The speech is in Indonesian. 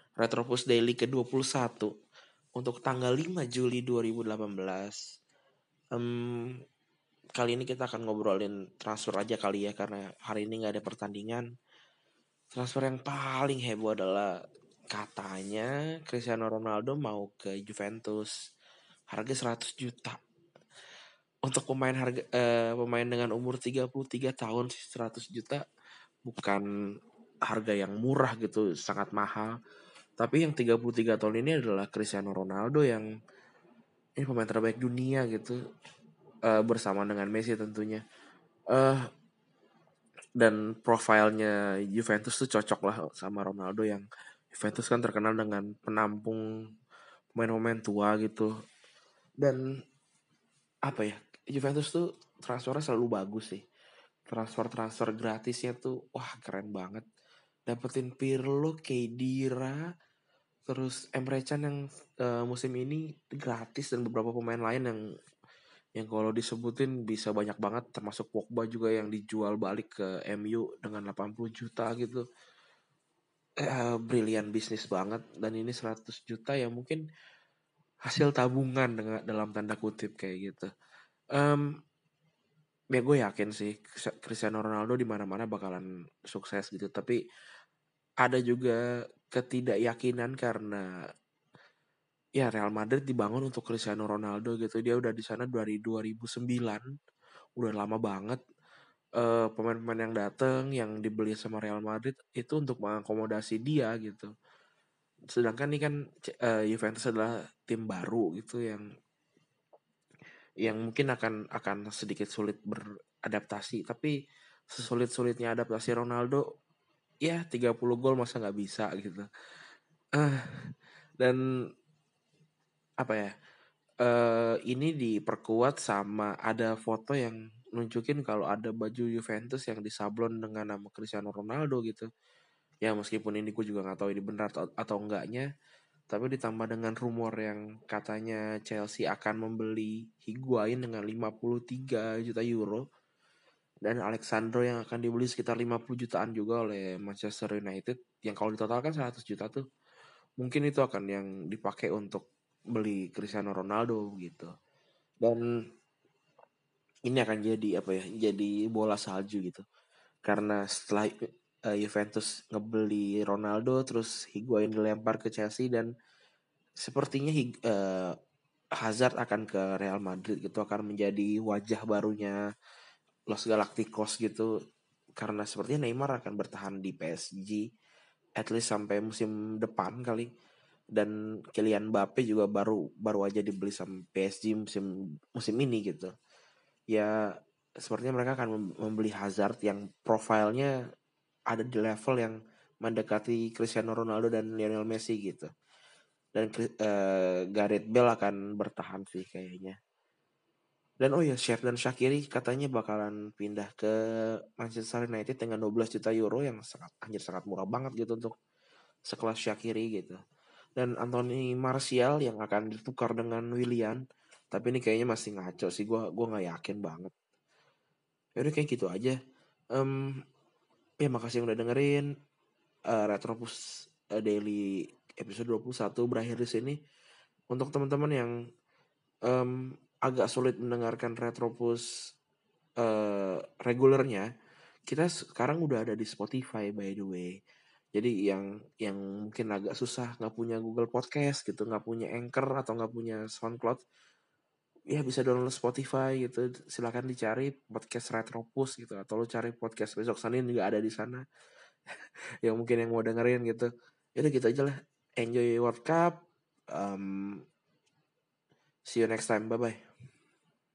Retropus Daily ke-21 untuk tanggal 5 Juli 2018. Kali ini kita akan ngobrolin transfer aja kali ya, karena hari ini nggak ada pertandingan. Transfer yang paling heboh adalah katanya Cristiano Ronaldo mau ke Juventus. Harga 100 juta. Untuk pemain dengan umur 33 tahun sih 100 juta bukan harga yang murah gitu, sangat mahal. Tapi yang 33 tahun ini adalah Cristiano Ronaldo yang ini pemain terbaik dunia gitu, bersama dengan Messi tentunya. Dan profilnya Juventus tuh cocok lah sama Ronaldo, yang Juventus kan terkenal dengan penampung pemain-pemain tua gitu. Dan apa ya, Juventus tuh transfernya selalu bagus sih. Transfer gratisnya tuh wah keren banget. Dapetin Pirlo, Khedira, terus Emre Can yang musim ini gratis, dan beberapa pemain lain yang kalau disebutin bisa banyak banget, termasuk Pogba juga yang dijual balik ke MU dengan 80 juta gitu. Brilian bisnis banget, dan ini 100 juta ya mungkin hasil tabungan dengan dalam tanda kutip kayak gitu. Ya gue yakin sih Cristiano Ronaldo di mana-mana bakalan sukses gitu, tapi ada juga ketidakyakinan karena ya Real Madrid dibangun untuk Cristiano Ronaldo gitu. Dia udah di sana dari 2009, udah lama banget. Pemain-pemain yang datang yang dibeli sama Real Madrid itu untuk mengakomodasi dia gitu. Sedangkan ini kan Juventus adalah tim baru gitu yang mungkin akan sedikit sulit beradaptasi, tapi sesulit-sulitnya adaptasi Ronaldo, ya 30 gol masa nggak bisa gitu. Dan apa ya, ini diperkuat sama ada foto yang nunjukin kalau ada baju Juventus yang disablon dengan nama Cristiano Ronaldo gitu. Ya meskipun ini gue juga nggak tahu ini benar atau enggaknya, tapi ditambah dengan rumor yang katanya Chelsea akan membeli Higuain dengan 53 juta euro, dan Alexandro yang akan dibeli sekitar 50 jutaan juga oleh Manchester United, yang kalau ditotalkan 100 juta tuh mungkin itu akan yang dipakai untuk beli Cristiano Ronaldo gitu. Dan ini akan jadi apa ya, jadi bola salju gitu, karena setelah Juventus ngebeli Ronaldo, terus Higuain dilempar ke Chelsea, dan sepertinya Hazard akan ke Real Madrid gitu, akan menjadi wajah barunya Los Galacticos gitu, karena sepertinya Neymar akan bertahan di PSG at least sampai musim depan kali, dan Kylian Mbappe juga baru baru aja dibeli sama PSG musim musim ini gitu. Ya sepertinya mereka akan membeli Hazard yang profilnya ada di level yang mendekati Cristiano Ronaldo dan Lionel Messi gitu. Dan Gareth Bale akan bertahan sih kayaknya. Dan oh ya, Sheridan Shaqiri katanya bakalan pindah ke Manchester United dengan 12 juta euro, yang sangat murah banget gitu untuk sekelas Shaqiri gitu. Dan Anthony Martial yang akan ditukar dengan Willian, tapi ini kayaknya masih ngaco sih, gua nggak yakin banget. Yaudah kayak gitu aja. Em, Ya makasih yang udah dengerin. Retropus Daily episode 21 berakhir di sini. Untuk teman-teman yang agak sulit mendengarkan Retropus regulernya, kita sekarang udah ada di Spotify by the way. Jadi yang mungkin agak susah, nggak punya Google Podcast gitu, nggak punya Anchor atau nggak punya SoundCloud, ya bisa download Spotify gitu. Silakan dicari podcast Retropus gitu, atau lo cari podcast Besok Senin juga ada di sana. Yang mungkin yang mau dengerin gitu. Yaudah gitu aja lah. Enjoy World Cup. See you next time. Bye bye.